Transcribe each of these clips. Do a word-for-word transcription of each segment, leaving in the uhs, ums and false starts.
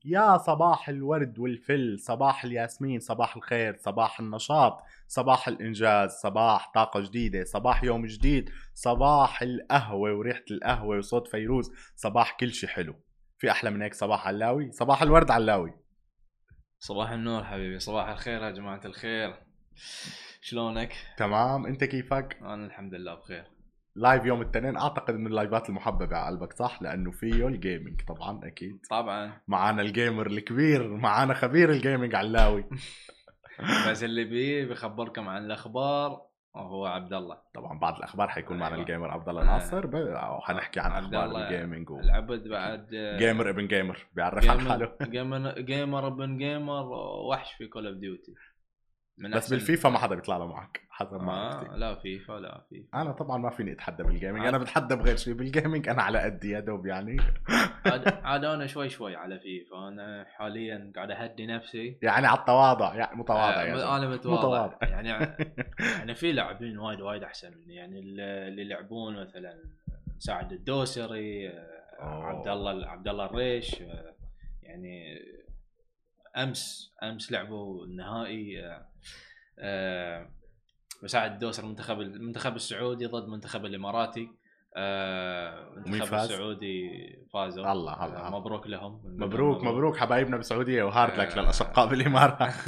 يا صباح الورد والفل، صباح الياسمين، صباح الخير، صباح النشاط، صباح الإنجاز، صباح طاقة جديدة، صباح يوم جديد، صباح القهوة وريحة القهوة وصوت فيروز، صباح كل شي حلو. في أحلى من هيك صباح علاوي؟ صباح الورد علاوي. صباح النور حبيبي، صباح الخير يا جماعة الخير. شلونك؟ تمام، أنت كيفك؟ أنا الحمد لله بخير. لايف يوم الاثنين أعتقد من اللايفات المحببة على قلبك، صح؟ لأنه فيه الجيمنج طبعا أكيد. طبعا. معانا الجيمر الكبير، معانا خبير الجيمنج علاوي. بس اللي بيه بخبركم عن الأخبار هو عبد الله. طبعا بعد الاخبار حيكون معنا أيوة. الجيمر عبد الله آه. ناصر، وحنحكي عن عبد اخبار الله الجيمنج و... العبد بعد. جيمر ابن جيمر بيعرف عن جيمر حاله. جيمر جيمر ابن جيمر، وحش في كول اوف ديوتي. من بس أحسن. بالفيفا ما حدا بيطلع له معك حسب آه معرفتي. لا فيفا لا فيفا. انا طبعا ما فيني اتحدى بالجيمنج، انا عاد بتحدى بغير شيء بالجيمنج، انا على قدي يا دوب يعني. عاد عاد أنا شوي شوي على فيفا. أنا حاليا قاعد أهدي نفسي. يعني على التواضع، يعني متواضع آه، يا انا جماعه، متواضع متواضع. يعني. يعني في لاعبين وايد وايد احسن مني، يعني اللي اللي يلعبون مثلا سعد الدوسري، آه، عبد اوه. الله عبد الله الريش، آه، يعني امس امس لعبوا النهائي. آه، آه، مساعد الدوسري المنتخب المنتخب السعودي ضد منتخب الاماراتي. آه، ومين المنتخب فاز؟ السعودي فازوا. الله آه، الله الله. مبروك لهم، مليون مبروك مبروك. مبروك حبايبنا بالسعوديه، وهارد لك آه، للاشقاء بالامارات.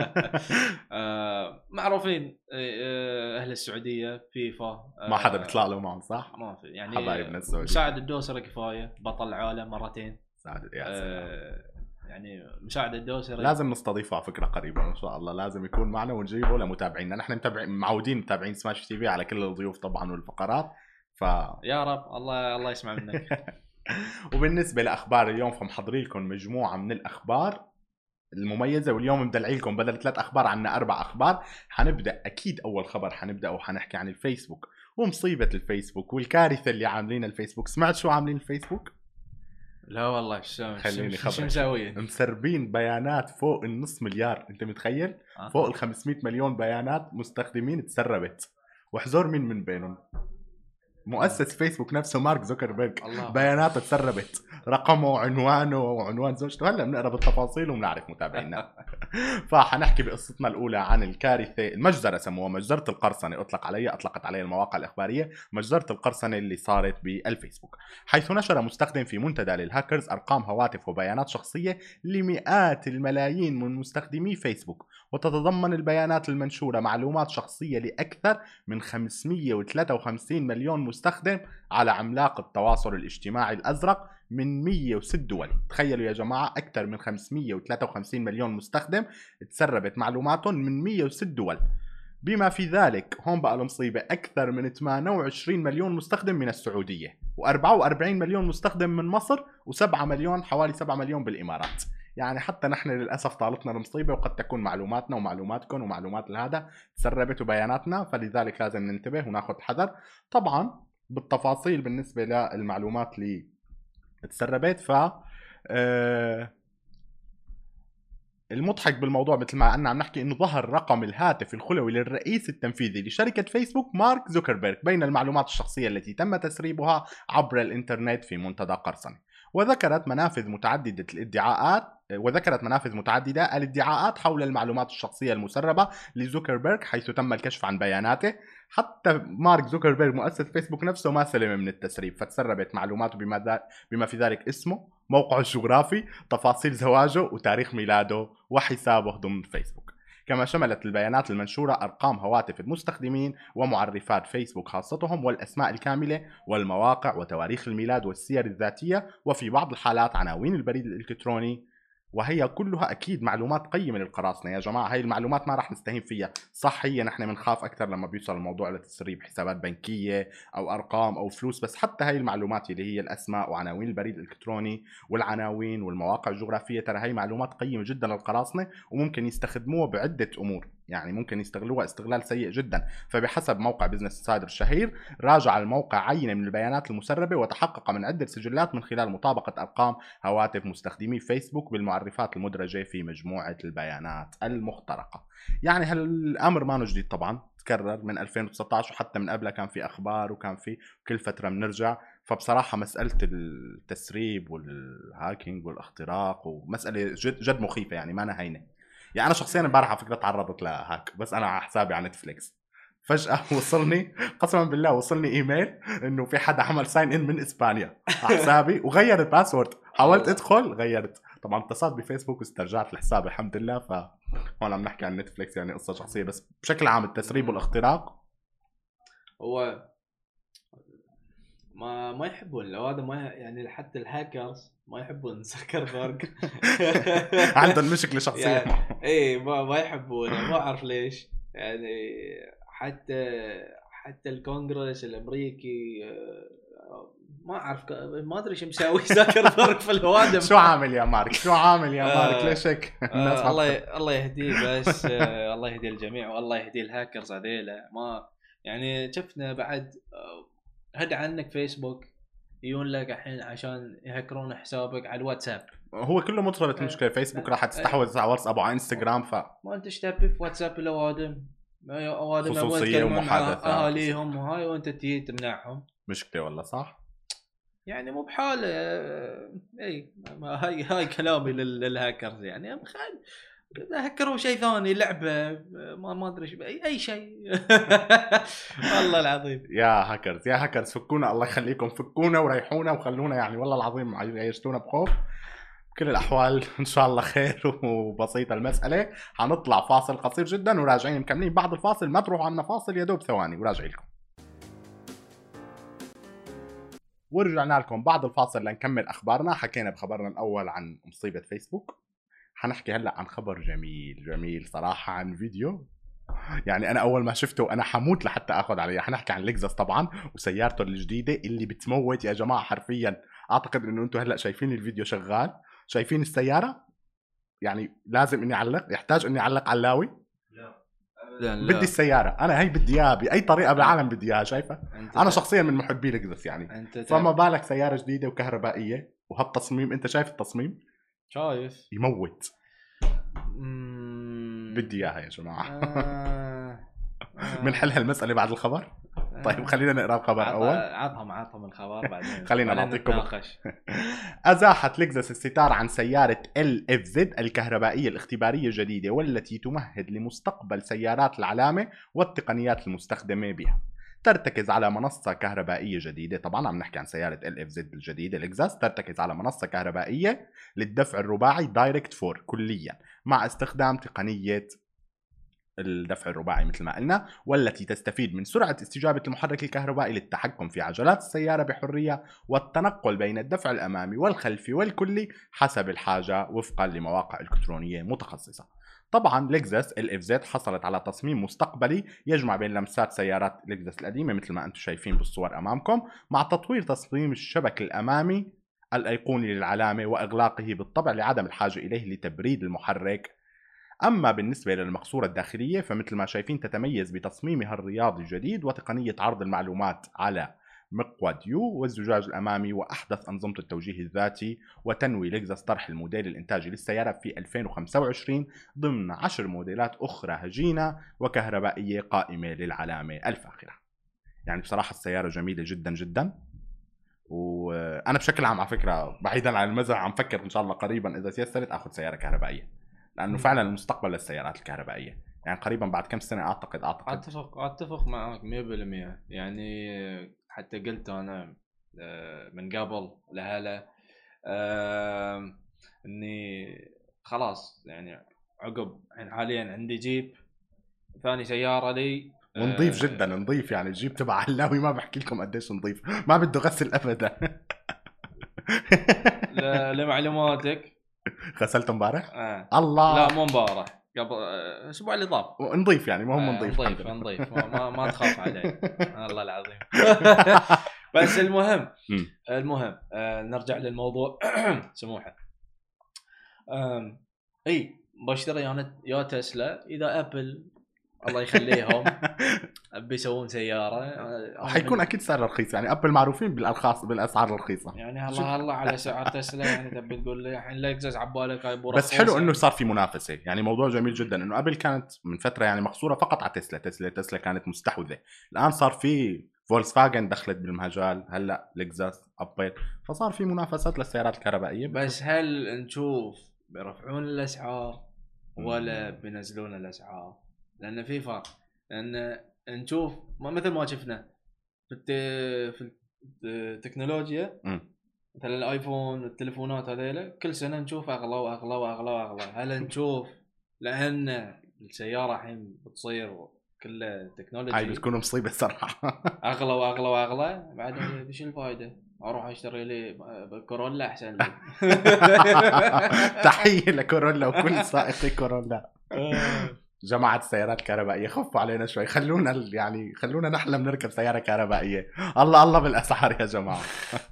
آه، معروفين. آه، اهل السعوديه فيفا. ما حدا بيطلع آه، له معهم، صح؟ ما في يعني. حبايبنا السعوديه. مساعد الدوسري كفايه، بطل العالم مرتين. سعد يا سلام. آه، يعني مساعد الدوسري لازم نستضيفه على فكره قريبا ان شاء الله، لازم يكون معنا ونجيبه لمتابعينا، نحن متابعين معودين متابعين سماش تي في على كل الضيوف طبعا والفقرات. ف يا رب الله الله يسمع منك. وبالنسبه لاخبار اليوم، فمحضرين لكم مجموعه من الاخبار المميزه، واليوم مدلعي لكم بدل ثلاث اخبار عنا اربع اخبار. حنبدا اكيد، اول خبر حنبدا وحنحكي عن الفيسبوك ومصيبه الفيسبوك والكارثه اللي عاملين الفيسبوك. سمعت شو عاملين الفيسبوك؟ لا والله شو خليني شو خبرك. مسوين؟ مسربين بيانات فوق النص مليار، انت متخيل؟ آه. فوق ال خمسمية مليون بيانات مستخدمين تسربت، واحذر مين من بينهم؟ مؤسس فيسبوك نفسه مارك زوكربيرج بياناته تسربت، رقمه وعنوانه وعنوان زوجته. هلا بنقرا بالتفاصيل وبنعرف متابعينا. فحنحكي بقصتنا الاولى عن الكارثه، المجزره سموها مجزره القرصنه، اطلق عليها اطلقت عليها المواقع الاخباريه مجزره القرصنه اللي صارت بالفيسبوك، حيث نشر مستخدم في منتدى للهاكرز ارقام هواتف وبيانات شخصيه لمئات الملايين من مستخدمي فيسبوك، وتتضمن البيانات المنشوره معلومات شخصيه لاكثر من خمسمية وثلاثة وخمسين مليون مستخدم على عملاق التواصل الاجتماعي الازرق من مية وستة دول. تخيلوا يا جماعه، اكثر من خمسمية وثلاثة وخمسين مليون مستخدم تسربت معلوماتهم من مية وستة دول، بما في ذلك هون بقى المصيبه اكثر من ثمانية وعشرين مليون مستخدم من السعوديه، وأربعة وأربعين مليون مستخدم من مصر، و7 مليون حوالي سبعة مليون بالامارات. يعني حتى نحن للاسف طالتنا المصيبه، وقد تكون معلوماتنا ومعلوماتكم ومعلومات هذا تسربت وبياناتنا، فلذلك لازم ننتبه وناخذ حذر. طبعا بالتفاصيل بالنسبه للمعلومات اللي تسربت، ف آه المضحك بالموضوع مثل ما أننا عم نحكي انه ظهر رقم الهاتف الخلوي للرئيس التنفيذي لشركة فيسبوك مارك زوكربيرج بين المعلومات الشخصية التي تم تسريبها عبر الانترنت في منتدى قرصنة. وذكرت منافذ متعددة الادعاءات وذكرت منافذ متعددة الادعاءات حول المعلومات الشخصية المسربة لزوكربيرج، حيث تم الكشف عن بياناته. حتى مارك زوكربيرج مؤسس فيسبوك نفسه ما سلم من التسريب، فتسربت معلوماته بما, بما في ذلك اسمه، موقعه الجغرافي، تفاصيل زواجه وتاريخ ميلاده وحسابه ضمن فيسبوك. كما شملت البيانات المنشورة أرقام هواتف المستخدمين ومعرفات فيسبوك خاصتهم والأسماء الكاملة والمواقع وتواريخ الميلاد والسير الذاتية، وفي بعض الحالات عناوين البريد الإلكتروني، وهي كلها اكيد معلومات قيمه للقراصنه يا جماعه. هاي المعلومات ما راح نستهين فيها، صح هي نحن بنخاف اكثر لما بيوصل الموضوع لتسريب حسابات بنكيه او ارقام او فلوس، بس حتى هاي المعلومات اللي هي الاسماء وعناوين البريد الالكتروني والعناوين والمواقع الجغرافيه، ترى هاي معلومات قيمه جدا للقراصنه، وممكن يستخدموها بعده امور، يعني ممكن يستغلوها استغلال سيء جدا. فبحسب موقع بزنس انسايدر الشهير، راجع الموقع عينه من البيانات المسربه وتحقق من عده سجلات من خلال مطابقه ارقام هواتف مستخدمي فيسبوك بالمعرفات المدرجه في مجموعه البيانات المخترقه. يعني هالامر ما جديد طبعا، تكرر من ألفين وتسعطعش، وحتى من قبلها كان في اخبار وكان في كل فتره بنرجع. فبصراحه مساله التسريب والهاكينج والاختراق ومساله جد جد مخيفه يعني ما أنا هينه. يعني انا شخصيا امبارح على فكره تعرضت لهاك بس انا على حسابي على نتفليكس. فجأة وصلني قسما بالله وصلني ايميل انه في حدا عمل ساين ان من اسبانيا على حسابي وغير الباسورد. حاولت ادخل غيرت. طبعا اتصلت بفيسبوك واسترجعت الحساب الحمد لله. فهون عم نحكي عن نتفليكس يعني قصة شخصية بس بشكل عام التسريب والاختراق هو ما ما يحبون لو هذا ما يعني حتى الهاكرز ما يحبون زكربرج. عندهم مشكلة شخصية يعني ايه ما ما يحبونه ما اعرف ليش يعني. حتى حتى الكونغرس الامريكي ما اعرف ما ادري ايش مسوي زكربرج في الهوادم. شو عامل يا مارك شو عامل يا مارك ليش هيك؟ الناس الله الله يهديه بس الله يهدي الجميع والله يهدي الهاكرز هذيلا. ما يعني شفنا بعد هد عنك فيسبوك يقول لك الحين عشان يهكرون حسابك على الواتساب. هو كله مرتبط مشكله فيسبوك راح تستحوذ على واتساب وعلى انستغرام. ف ما انت تشتبك في واتساب الاوادم اوادم خصوصيه ومحادثات اهاليهم وهاي وانت تجي تمنعهم. مشكله والله صح يعني مو بحاله. اي هاي هاي كلامي للهاكرز يعني خل هكروا شيء ثاني لعبه ما ما ادري اي اي شيء. والله العظيم يا هاكرز يا هاكرز فكونا الله يخليكم فكونا وريحونا وخلونا يعني والله العظيم عيشتونا بخوف. بكل الاحوال ان شاء الله خير وبسيطه المساله. حنطلع فاصل قصير جدا وراجعين مكملين بعد الفاصل. ما تروحوا عنا فاصل يا دوب ثواني وراجع لكم. ورجعنا لكم بعد الفاصل لنكمل اخبارنا. حكينا بخبرنا الاول عن مصيبه فيسبوك. حنحكي هلا عن خبر جميل جميل صراحه عن فيديو يعني انا اول ما شفته وانا حموت لحتى اخذ عليه. حنحكي عن لكزس طبعا وسيارته الجديده اللي بتموت يا جماعه حرفيا. اعتقد انه انتم هلا شايفين الفيديو شغال شايفين السياره يعني لازم اني اعلق يحتاج اني اعلق علاوي. لا لا. بدي السياره انا هي بدي اياها باي طريقه بالعالم بدي اياها شايفه. انا شخصيا من محبي لكزس يعني فما بالك سياره جديده وكهربائيه وهالتصميم. انت شايف التصميم شايف يموت. مم... بدي اياها يا جماعه. آه... بنحل هالمساله بعد الخبر. طيب خلينا نقرا الخبر عط... اول. عطهم عطهم الخبر بعدين. خلينا نعطيكم. ازاحت لكزس الستار عن سياره ال اف زد الكهربائيه الاختباريه الجديده والتي تمهد لمستقبل سيارات العلامه والتقنيات المستخدمه بها. ترتكز على منصة كهربائية جديدة. طبعا عم نحكي عن سيارة ال اف زد الجديدة لكزس. ترتكز على منصة كهربائية للدفع الرباعي دايركت فور كليا مع استخدام تقنية الدفع الرباعي مثل ما قلنا والتي تستفيد من سرعة استجابة المحرك الكهربائي للتحكم في عجلات السيارة بحرية والتنقل بين الدفع الأمامي والخلفي والكلي حسب الحاجة وفقا لمواقع إلكترونية متخصصة. طبعا لكزس ال اف زد حصلت على تصميم مستقبلي يجمع بين لمسات سيارات لكزس القديمة مثل ما أنتم شايفين بالصور أمامكم مع تطوير تصميم الشبك الأمامي الأيقوني للعلامة وإغلاقه بالطبع لعدم الحاجة إليه لتبريد المحرك. أما بالنسبة للمقصورة الداخلية فمثل ما شايفين تتميز بتصميمها الرياضي الجديد وتقنية عرض المعلومات على مقود يو والزجاج الأمامي وأحدث أنظمة التوجيه الذاتي. وتنوي لكزس طرح الموديل الإنتاجي للسيارة في ألفين وخمسة وعشرين ضمن عشر موديلات أخرى هجينة وكهربائية قائمة للعلامة الفاخرة. يعني بصراحة السيارة جميلة جدا جدا. وأنا بشكل عام على فكرة بعيدا عن المزح عم فكر إن شاء الله قريبا إذا تيسرت أخذ سيارة كهربائية لانه فعلا المستقبل للسيارات الكهربائيه. يعني قريبا بعد كم سنه اعتقد اعتقد اتفق اتفق معك مية بالمية. يعني حتى قلت انا من قبل لهلا اني خلاص يعني عقب يعني حاليا عندي جيب ثاني سياره لي ونضيف جدا نضيف يعني الجيب تبع علاوي ما بحكي لكم قديش نضيف ما بده غسل ابدا. لمعلوماتك غسلت امبارح؟ آه. الله لا مو امبارح قبل الاسبوع اللي طاف. نضيف يعني ما هم آه نضيف نضيف نضيف ما, ما, ما تخاف علي. الله العظيم. بس المهم المهم آه نرجع للموضوع. سموحه اي بشتري انا يا تسلا اذا ابل الله يخليهم بيسوون سياره حيكون اكيد سعر رخيص. يعني ابل معروفين بالارخاص بالاسعار الرخيصه. يعني هلا هلا على سعر تسلا يعني تبي تقول لي الحين لكزس عبالك هاي ابو بس حلو انه صار في منافسه. يعني موضوع جميل جدا انه ابل كانت من فتره يعني مقصوره فقط على تسلا. تسلا تسلا كانت مستحوذه. الان صار في فولكس فاجن دخلت بالمجال، هلا لكزس، ابل، فصار في منافسات للسيارات الكهربائيه. بس هل نشوف بيرفعون الاسعار ولا بينزلون الاسعار؟ لان في فرق، لان نشوف ما مثل ما شفنا في الت... في التكنولوجيا م. مثلا الايفون التليفونات هذيلا كل سنه نشوف اغلى واغلى واغلى واغلى. هل نشوف لان السياره الحين بتصير كلها تكنولوجي، هاي بتكون مصيبه صراحه. اغلى واغلى واغلى، بعدين ايش الفائده؟ اروح اشتري لي كورولا احسن لي. تحيه لكورولا وكل سائقي كورولا. جماعة السيارات الكهربائية خفوا علينا شوي، خلونا يعني خلونا نحلم نركب سيارة كهربائية. الله الله بالأسعار يا جماعة.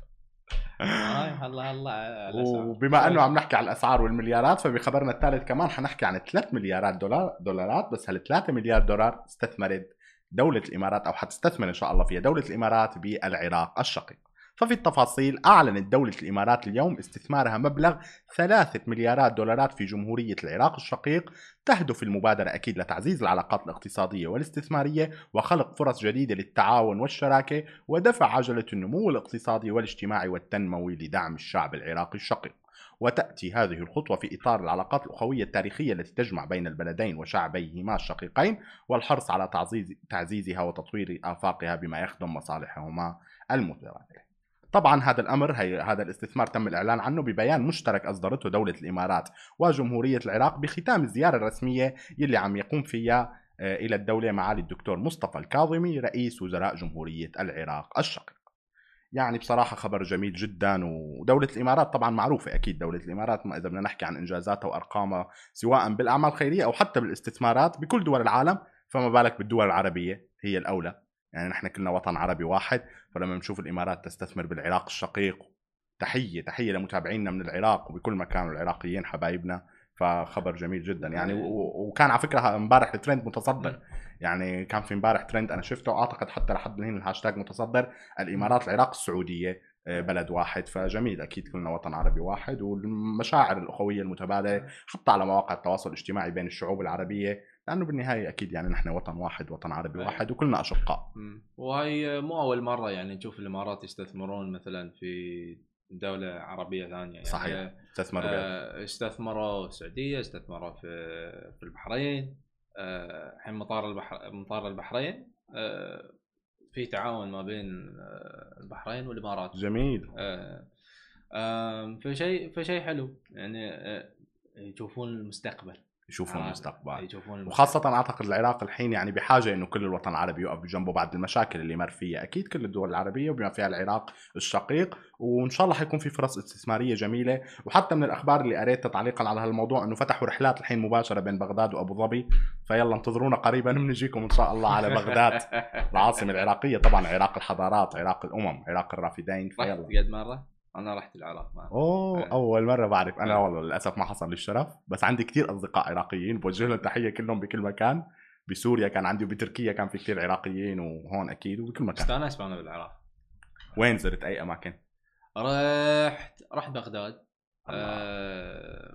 هاي هلا هلا على الأسعار. وبما انه عم نحكي على الاسعار والمليارات، فبخبرنا الثالث كمان حنحكي عن ثلاث مليارات دولار دولارات بس هال ثلاثة مليار دولار استثمرت دولة الامارات او حتستثمر ان شاء الله فيها دولة الامارات بالعراق الشقيق. ففي التفاصيل، اعلنت دولة الامارات اليوم استثمارها مبلغ ثلاثة مليارات دولارات في جمهورية العراق الشقيق. تهدف المبادرة اكيد لتعزيز العلاقات الاقتصادية والاستثمارية وخلق فرص جديدة للتعاون والشراكة ودفع عجلة النمو الاقتصادي والاجتماعي والتنموي لدعم الشعب العراقي الشقيق. وتأتي هذه الخطوة في إطار العلاقات الأخوية التاريخية التي تجمع بين البلدين وشعبيهما الشقيقين، والحرص على تعزيز تعزيزها وتطوير آفاقها بما يخدم مصالحهما المتبادلة. طبعا هذا الأمر هي هذا الاستثمار تم الإعلان عنه ببيان مشترك أصدرته دولة الإمارات وجمهورية العراق بختام الزيارة الرسمية يلي عم يقوم فيها إلى الدولة معالي الدكتور مصطفى الكاظمي رئيس وزراء جمهورية العراق الشقيق. يعني بصراحة خبر جميل جدا. ودولة الإمارات طبعا معروفة، أكيد دولة الإمارات ما إذا بدنا نحكي عن إنجازاتها وأرقامها سواء بالأعمال الخيرية أو حتى بالاستثمارات بكل دول العالم، فما بالك بالدول العربية هي الأولى. يعني نحن كلنا وطن عربي واحد، فلما نشوف الإمارات تستثمر بالعراق الشقيق، تحية تحية لمتابعينا من العراق وبكل مكان، العراقيين حبايبنا. فخبر جميل جدا يعني. وكان على فكرة امبارح الترند متصدر، يعني كان في امبارح ترند انا شفته، اعتقد حتى لحد الحين الهاشتاج متصدر، الامارات العراق السعوديه بلد واحد. فجميل، اكيد كلنا وطن عربي واحد، والمشاعر الاخويه المتبادله حتى على مواقع التواصل الاجتماعي بين الشعوب العربيه، لانه بالنهايه اكيد يعني نحن وطن واحد، وطن عربي واحد، وكلنا اشقاء. وهي مو اول مره يعني نشوف الامارات يستثمرون مثلا في دولة عربية ثانية يعني. صحيح، استثمروا آه استثمروا في السعودية، استثمروا في في البحرين، الحين آه مطار البحر مطار البحرين آه في تعاون ما بين آه البحرين والإمارات. جميل. آه آه في شيء في شيء حلو يعني. آه يشوفون المستقبل، يشوفون المستقبل. يشوفون وخاصة أعتقد العراق الحين يعني بحاجة إنه كل الوطن العربي يقف بجنبه بعد المشاكل اللي مر فيها، أكيد كل الدول العربية وبما فيها العراق الشقيق. وإن شاء الله حيكون في فرص استثمارية جميلة. وحتى من الأخبار اللي قريتها تعليقا على هالموضوع إنه فتحوا رحلات الحين مباشرة بين بغداد وأبو ظبي، فيلا انتظرونا قريبا بنجيكم إن شاء الله على بغداد العاصمة العراقية، طبعا عراق الحضارات، عراق الأمم، عراق الرافدين. فيلا قد مرة انا رحت العراق معه. اوه أه. اول مره بعرف انا. أه. والله للاسف ما حصل لي الشرف، بس عندي كثير اصدقاء عراقيين بوجه لهم تحيه كلهم بكل مكان. بسوريا كان عندي، وبتركيا كان في كثير عراقيين، وهون اكيد وبكل مكان. استانست انا بالعراق. وين زرت اي اماكن؟ رحت رحت بغداد. آه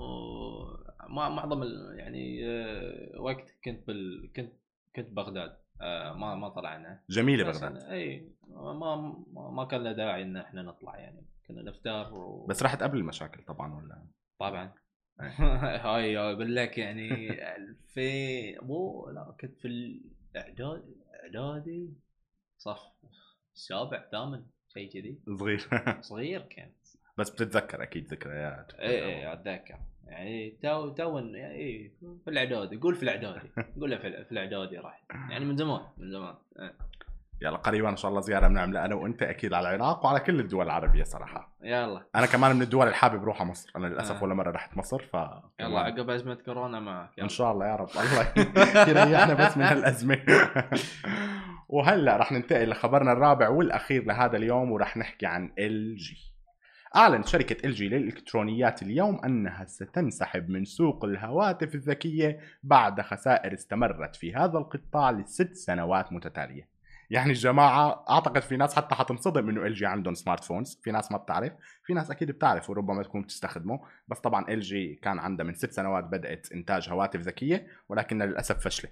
ما معظم يعني آه وقت كنت بال كنت كنت بغداد. آه ما ما طلعنا. جميله بغداد. اي ما ما كان له داعي ان احنا نطلع يعني، كنا نفطر و... بس رحت قبل المشاكل طبعا ولا؟ طبعا. هاي اقول لك يعني ألفين مو لا كنت في الاعداد اعدادي صف السابع ثامن شيء كذي، صغير. صغير كان، بس بتتذكر اكيد ذكريات. اي اي اتذكر يعني تو تو يعني في الاعدادي، قول في الاعدادي قول في الاعدادي رحت يعني من زمان من زمان. يلا قريبا ان شاء الله زياره بنعملها انا وانت اكيد على العراق وعلى كل الدول العربية صراحه. يلا انا كمان من الدول اللي حابب اروح على مصر، انا للاسف آه. ولا مره رحت مصر. ف يلا عقب ازمه كورونا معك ان شاء الله يا رب، الله يريحنا بس من هالازمه. وهلا رح ننتقل لخبرنا الرابع والاخير لهذا اليوم، ورح نحكي عن إل جي. أعلنت شركة إل جي للإلكترونيات اليوم أنها ستنسحب من سوق الهواتف الذكية بعد خسائر استمرت في هذا القطاع لست سنوات متتالية. يعني الجماعة أعتقد في ناس حتى حتنصدم إنه إل جي عندهم سمارت فونز، في ناس ما بتعرف، في ناس أكيد بتعرف وربما تكون بتستخدمه. بس طبعا إل جي كان عندها من ست سنوات بدأت إنتاج هواتف ذكية، ولكن للأسف فشلت.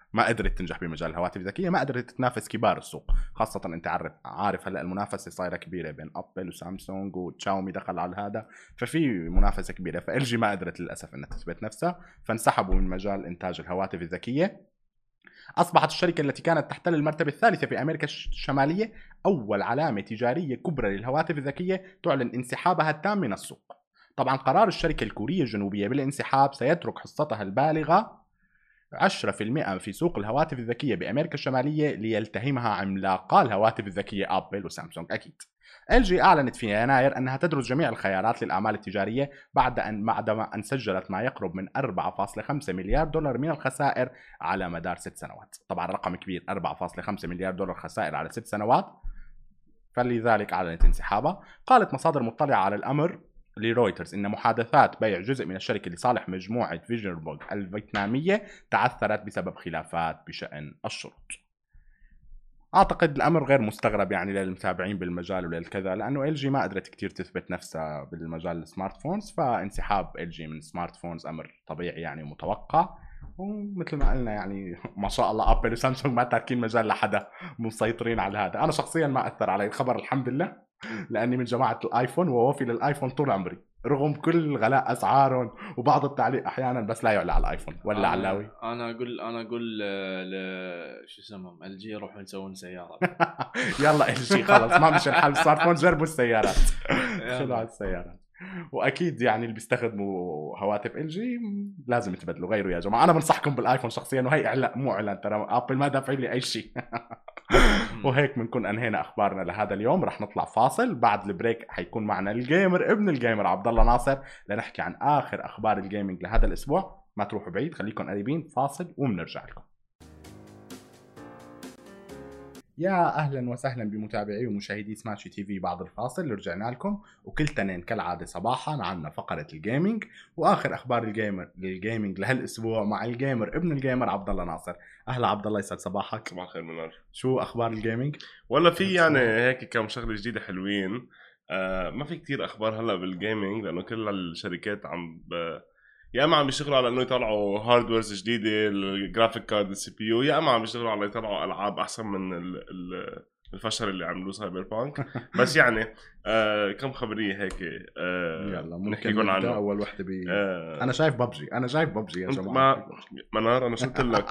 ما قدرت تنجح بمجال الهواتف الذكيه، ما قدرت تنافس كبار السوق، خاصه انت عارف عارف هلا المنافسه صايره كبيره بين ابل وسامسونج وتشاومي دخل على هذا، ففي منافسه كبيره. فال جي ما قدرت للاسف انها تثبت نفسها، فانسحبوا من مجال انتاج الهواتف الذكيه. أصبحت الشركة التي كانت تحتل المرتبة الثالثة في أمريكا الشمالية أول علامة تجارية كبرى للهواتف الذكية تعلن انسحابها التام من السوق. طبعا قرار الشركة الكورية الجنوبية بالانسحاب سيترك حصتها البالغة عشرة بالمئة في سوق الهواتف الذكية بأمريكا الشمالية ليلتهمها عملاقا الهواتف الذكية أبل وسامسونج أكيد. إل جي أعلنت في يناير أنها تدرس جميع الخيارات للأعمال التجارية بعد أن بعدما أن سجلت ما يقرب من أربعة فاصلة خمسة مليار دولار من الخسائر على مدار ست سنوات. طبعا رقم كبير، أربعة فاصلة خمسة مليار دولار خسائر على ست سنوات، فلذلك أعلنت انسحابها. قالت مصادر مطلعة على الأمر لرويترز إن محادثات بيع جزء من الشركة لصالح مجموعة فيجنبول الفيتنامية تعثرت بسبب خلافات بشأن الشروط. اعتقد الامر غير مستغرب يعني للمتابعين بالمجال وللكذا، لانه ال جي ما قدرت كتير تثبت نفسها بالمجال السمارت فونز، فانسحاب ال جي من سمارت فونز امر طبيعي يعني متوقع. ومثل ما قلنا يعني ما شاء الله ابل وسامسونج ما تاركين مجال لحدا، مسيطرين على هذا. انا شخصيا ما اثر علي الخبر الحمد لله، لاني من جماعه الايفون ووفي للايفون طول عمري رغم كل غلاء اسعارهم وبعض التعليق احيانا، بس لا يعلى على الايفون ولا على اللاوي. انا اقول انا اقول ل شو اسمهم ال جي يروحون يسوون سياره. يلا ال جي خلص ما مش الحل سمارت فون، جربوا السيارات خلوا على السيارات. واكيد يعني اللي بيستخدموا هواتف ال جي لازم تبدلوا غيروا يا جماعه. انا بنصحكم بالايفون شخصيا، وهي اعلان مو اعلان ترى، ابل ما دافعين لي اي شيء. وهيك بنكون انهينا اخبارنا لهذا اليوم. رح نطلع فاصل، بعد البريك حيكون معنا الجيمر ابن الجيمر عبد الله ناصر لنحكي عن اخر اخبار الجيمنج لهذا الاسبوع. ما تروحوا بعيد، خليكم قريبين، فاصل وبنرجع لكم. يا اهلا وسهلا بمتابعي ومشاهدي سماشي تي في. بعد الفاصل رجعنا لكم، وكل تنين كالعاده صباحا عنا فقره الجيمنج واخر اخبار الجيمر الجيمنج لهالاسبوع مع الجيمر ابن الجيمر عبد الله ناصر. اهلا عبد الله، يسعد صباحك. صباح الخير منار. شو اخبار الجيمنج؟ والله في يعني هيك كم شغله جديده حلوين. آه ما في كتير اخبار هلا بالجيمنج لانه كل الشركات عم ب... يا اما عم بيشتغلوا على انه يطلعوا هاردويرز جديده الجرافيك كارد السي بي يو، يا اما عم بيشتغلوا على يطلعوا العاب احسن من ال ال الفشل اللي عملوه سايبر بانك. بس يعني آه كم خبريه هيك آه يلا ممكن نبدا. اول وحده ب آه انا شايف ببجي انا شايف ببجي يا جماعه. ما منار انا شفت لك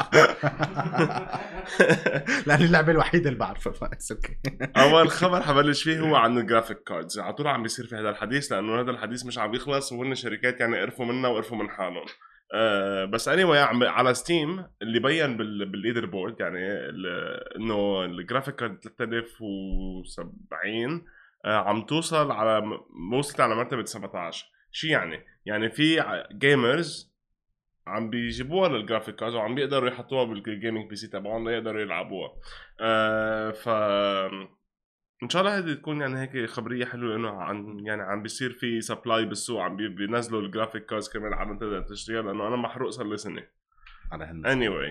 لان اللعبه الوحيده اللي بعرفها. اول خبر حبلش فيه هو عن الجرافيك كاردز. على طول عم بيصير في هذا الحديث لانه هذا الحديث مش عم يخلص، وهن الشركات يعني قرفوا منا وقرفوا من حالهم. أه بس anyway عم على ستيم اللي بين بالليدر بورد يعني انه الجرافيك كارد ثلاثة آلاف وسبعين أه عم توصل على وصلت على مرتبه سبعة عشر. شي يعني يعني في جيمرز عم بيجيبوها للجرافيك كارد وعم بيقدروا يحطوها بالجيمنج بي سي تبعهم ليقدروا يلعبوها. أه ف ان شاء الله هذه تكون يعني هيك خبريه حلوه انه عن يعني عم بيصير في سبلاي بالسوق، عم بينزلوا الجرافيك كاردز كمان عم تقدر تشتريها، لانه انا محروق صار لي سنه على هالناس. anyway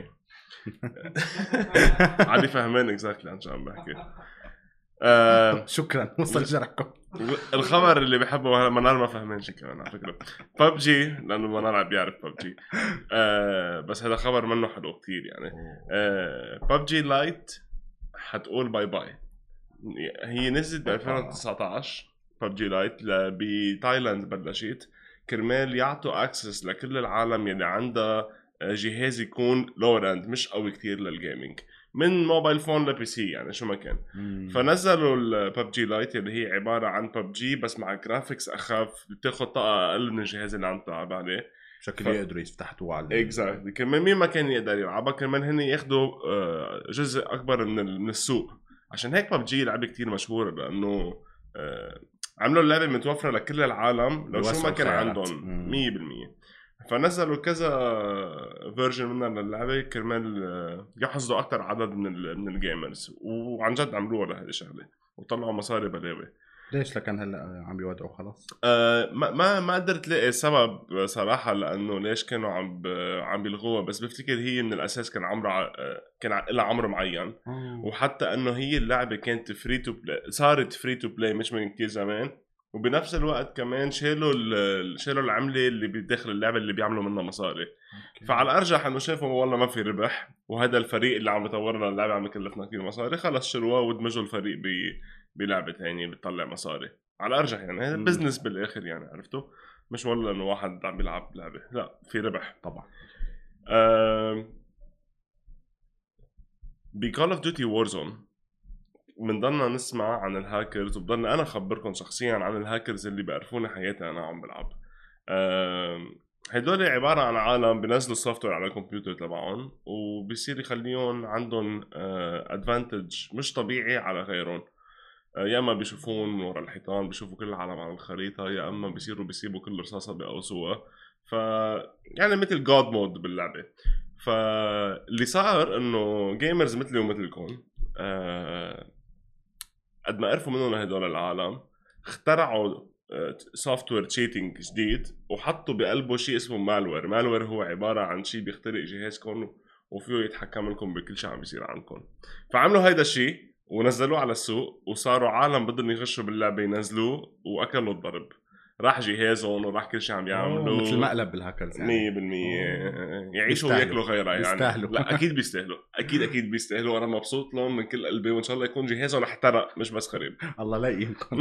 عادي فهمان اكزاكتلي عن شو عم بحكي. آه شكرا وصل جرحكم. الخبر اللي بحبه منال ما فهمان شيء كمان على فكره ببجي، لانه منال عم بيعرف ببجي. آه بس هذا خبر منه حلو كتير يعني. آه ببجي لايت حتقول باي باي. هي نزلت ب ألفين وتسعة عشر ببجي لايت بتايلاند بلشت كرمال يعطوا اكسس لكل العالم يلي عندها جهاز يكون لور اند مش قوي كتير للجيمنج، من موبايل فون لبي سي يعني شو ما كان. فنزلوا الببجي لايت اللي هي عباره عن ببجي بس مع جرافيكس اخف، بتاخذ طاقه اقل من الجهاز اللي عم تلعب عليه بشكل ف... يقدروا يفتحوا على اكزاكتلي كمان مين ما كان يقدر يلعبها، كمان هن ياخذوا جزء اكبر من السوق. عشان هيك ببجي لعبه كتير مشهوره، لانه عملوا اللعبه متوفره لكل العالم لو شو ما كان عندهم مية بالمية. فنزلوا كذا فيرجن منها للعبه كرمال يحصدوا اكثر عدد من من الجيمرز، وعن جد عملوها لهذه الشغله وطلعوا مصاري بلاوي. ليش لكن هلا عم بيودعوا خلاص؟ أه ما ما ما قدرت لاقي سبب صراحه لانه ليش كانوا عم عم بيلغوها، بس بفتكر هي من الاساس كان عمرها كان لها عمر معين. أوه. وحتى انه هي اللعبه كانت فري تو بلاي، صارت فري تو بلاي مش من كتير زمان، وبنفس الوقت كمان شالوا ال- شالوا العمله اللي بداخل اللعبه اللي بيعملوا منها مصاري. فعلى الارجح انه شافوا والله ما في ربح، وهذا الفريق اللي عم يطور لنا اللعبه عم يكلفنا كثير مصاري، خلص شروها وادمجوا الفريق ب بلعبه ثانيه بتطلع مصاري. على الارجح يعني هذا بزنس بالاخر يعني، عرفتوا؟ مش والله انه واحد عم بيلعب لعبه، لا في ربح طبعا. أه... بكول اوف ديوتي وورزون بنضلنا نسمع عن الهاكرز، وبضلنا انا اخبركم شخصيا عن الهاكرز اللي بيعرفوني حياتي انا عم بلعب. أه... هدول عباره عن عالم بينزلوا السوفت وير على الكمبيوتر تبعهم، وبيصير يخليهم عندهم ادفانتج مش طبيعي على غيرهم. يا اما بيشوفون من ورا الحيطان، بيشوفوا كل العالم على الخريطه، يا اما بيصيروا بيسيبوا كل رصاصه بيقوسوها. ف يعني مثل جاد مود باللعبه. فاللي صار انه جيمرز مثلي ومثلكم أه... قد ما عرفوا منهم هدول العالم اخترعوا سوفت وير تشيتنج جديد، وحطوا بقلبه شيء اسمه مالوير. مالوير هو عباره عن شيء بيخترق جهازكم وفيه يتحكم لكم بكل شيء عم بيصير عنكم. فعملوا هيدا الشيء ونزلوه على السوق، وصاروا عالم بدهم يغشوا باللعبه ينزلوه، واكلوا الضرب. راح جهازهم وراح كل شيء عم يعملوا مثل مقلب بالهاكرز يعني. مية بالمية يعيشوا وياكلوا غيرها يعني. بيستاهلوا. لا اكيد بيستاهلوا، اكيد اكيد بيستاهلوا، وانا مبسوط لهم من كل قلبي، وان شاء الله يكون جهازهم احترق مش بس خرب. الله لا يهينكم.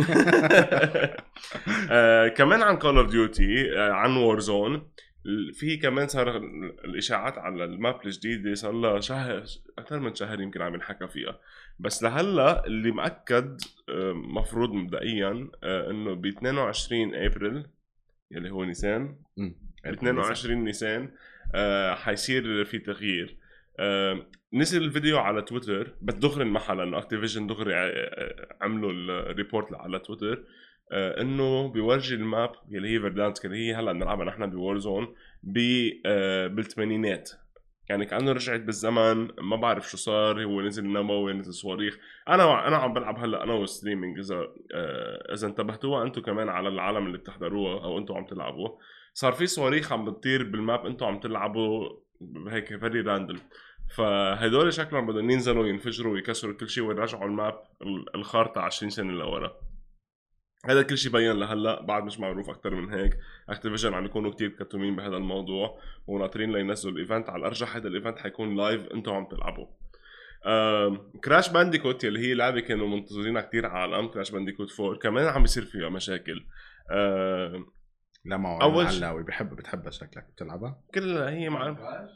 آه كمان عن كول اوف ديوتي، عن وورزون، في كمان صار الاشاعات على الماب الجديده، صار لها شهر اكثر من شهر يمكن عم ينحكى فيها، بس لهلا اللي مأكد مفروض مبدئيا انه ب اثنين وعشرين ابريل يلي هو نيسان، ب اثنين وعشرين نيسان حيصير في تغيير. نزل الفيديو على تويتر، بس دغري انمحى لانه اكتيفيجن دغري عملوا الريبورت على تويتر انه بيورجي الماب يلي هي فيردانسك اللي هي هلا بنلعبها نحن بورزون بالثمانينات، يعني كأنه رجعت بالزمن. ما بعرف شو صار، هو نزل نموي نزل صواريخ. انا انا عم بلعب هلا انا والستريمينج، اذا اذا انتبهتوا انتم كمان على العالم اللي بتحضروها او انتم عم تلعبوا، صار في صواريخ عم بتطير بالماب انتم عم تلعبوا هيك فيري راندوم. فهدول شكلهم بدهم ينزلوا ينفجروا ويكسروا كل شيء ويرجعوا الماب الخارطه عشرين سنه لورا. هذا كل شيء بين لهلا، بعد مش معروف اكثر من هيك. اكتيفيجن عم يكونوا كتير كتومين بهذا الموضوع وناطرين لينزلوا الايفنت. على الارجح هذا الايفنت حيكون لايف انتم عم تلعبوا. كراش بانديكوت يلي هي لعبه كانوا منتظرينها كتير عالم، كراش بانديكوت فور كمان عم بيصير فيها مشاكل. لا ما هو علاوي بحب بتحبها شكلك بتلعبها كلها، هي معروفه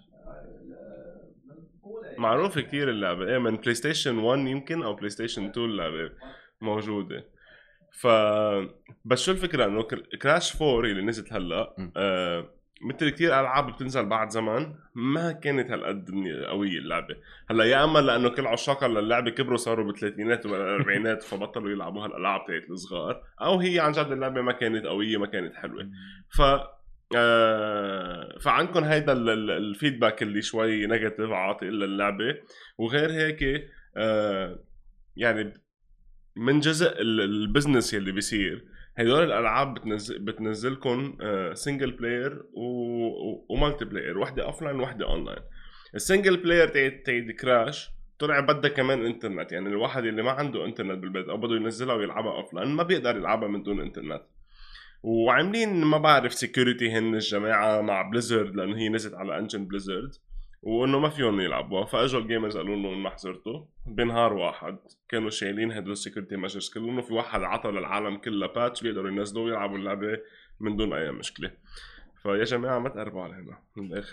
معروفه كتير اللعبه. ايه من بلاي ستيشن واحد يمكن او بلاي ستيشن اثنين اللعبه موجوده. ف بس شو الفكره انه كراش فور اللي نزلت هلا آه مثل كتير العاب بتنزل بعد زمان ما كانت هالقد قويه اللعبه. هلا يا اما لانه كل عشاق للعبه كبروا صاروا بالثلاثينات والاربعينات فبطلوا يلعبوا هالالعاب تاعت الصغار، او هي عن جد اللعبه ما كانت قويه ما كانت حلوه. ف آه فعندكم هيدا الفيدباك اللي شوي نيجاتيف عاطي الا اللعبه. وغير هيك آه يعني من جزء البزنس اللي بيصير هدول الالعاب بتنزل بتنزلكم سنجل بلاير ومالتي بلاير، وحده اوفلاين وحده اونلاين. السنجل بلاير تاعت كراش طلع بدها كمان انترنت، يعني الواحد اللي ما عنده انترنت بالبيت او بده ينزلها ويلعبها اوفلاين ما بيقدر يلعبها من دون انترنت. وعاملين ما بعرف سيكوريتي هن الجماعه مع بليزرد لانه هي نزلت على انجن بليزرد، وانه ما فيهم يلعبوها. فاجوا الجيمرز قالوا لهم ما حضرتوا بنهار واحد كانوا شايلين هدول السكيورتي ميجرز كلهم، انه في واحد عطى للعالم كله باتش بيقدروا ينزلوا ويلعبوا اللعبه من دون اي مشكله. فيا جماعه ما تقربوا علينا من الاخر.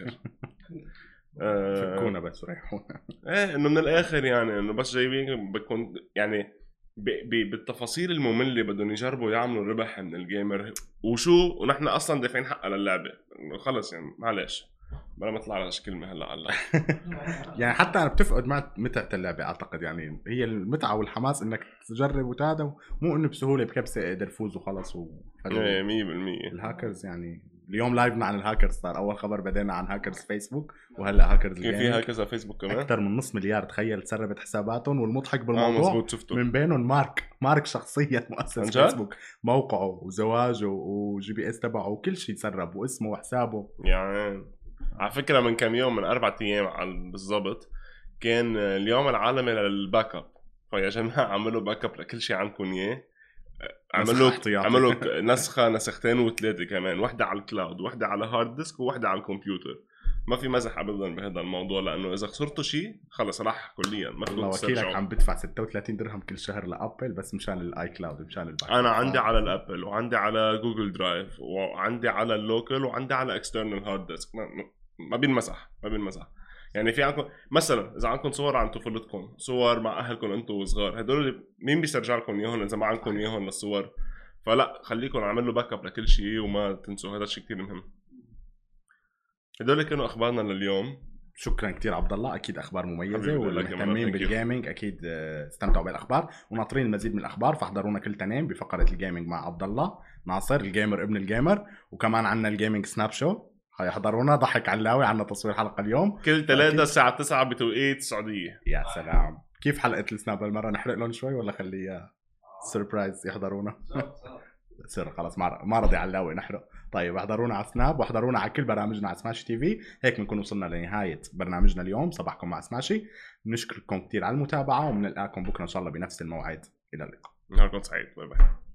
فكونا بس ريحونا. ايه انه من الاخر يعني انه بس جايبين بكون يعني بالتفاصيل الممله بدهم يجربوا يعملوا ربح من الجيمر وشو، ونحن اصلا دافعين حقها للعبه. خلص يعني معلش بلا ما اطلع على كلمه هلا على يعني حتى انا بتفقد مع متعه اللعبه. اعتقد يعني هي المتعه والحماس انك تجرب وتهدى، مو انه بسهوله بكبسه اقدر فوز وخلص. ايه مية بالمية. الهاكرز يعني اليوم لايفنا عن الهاكرز، صار اول خبر بدينا عن هاكرز فيسبوك وهلا هاكرز كيف في هاكرز على فيسبوك كمان اكثر من نص مليار تخيل تسربت حساباتهم. والمضحك بالموضوع آه من بينهم مارك مارك شخصيا مؤسس فيسبوك، موقعه وزواجه وجي بي اس تبعه وكل شيء تسرب واسمه وحسابه. يعني على فكره من كم يوم من أربعة ايام بالضبط كان اليوم العالمي للباك اب. فيا جماعه عملوا باك اب لكل شيء عندكم اياه. عملوا احتياطي. عملوا نسخه نسختين وثلاثه كمان، وحده على الكلاود وحده على هارد ديسك ووحده على الكمبيوتر. ما في مزح ابدا بهذا الموضوع، لانه اذا خسرتوا شيء خلص راح كليا ما والله فيكم وكيلك ترجعوا. عم بدفع ستة وثلاثين درهم كل شهر لابل بس مشان الاي كلاود مشان الباك. انا عندي على الابل وعندي على جوجل درايف وعندي على اللوكل وعندي على اكسترنال هارد ديسك. ما, ما بينمسح ما بينمسح. يعني في عندكم مثلا اذا عندكم صور عن طفولتكم، صور مع اهلكم انتم وصغار، هدول مين بيسترجع لكم اياهم اذا ما عندكم اياهم للصور؟ فلا خليكم اعملوا باك اب لكل شيء وما تنسوا، هذا الشيء كثير مهم. هدول كانوا اخبارنا لليوم. شكرا كتير عبد الله، اكيد اخبار مميزه، حبيبي، والمهتمين بالجيمنج اكيد آه، استمتعوا بالاخبار، وناطرين المزيد من الاخبار. فاحضرونا كل تنين بفقره الجيمنج مع عبد الله ناصر الجيمر ابن الجيمر، وكمان عنا الجيمنج سناب شو حيحضرونا ضحك علاوي، عنا تصوير حلقه اليوم كل ثلاثة الساعه تسعة بتوقيت السعوديه. يا سلام. كيف حلقه السناب المره، نحرق لهم شوي ولا خليها سربرايز يحضرونا؟ سر خلاص ما ما رضي علاوي نحرق. طيب احضرونا على سناب واحضرونا على كل برامجنا على سماشي تي في. هيك بنكون وصلنا لنهايه برنامجنا اليوم صباحكم مع سماشي. نشكركم كثير على المتابعه، وبنلقاكم بكره ان شاء الله بنفس الموعد. الى اللقاء، نهاركم سعيد، باي باي.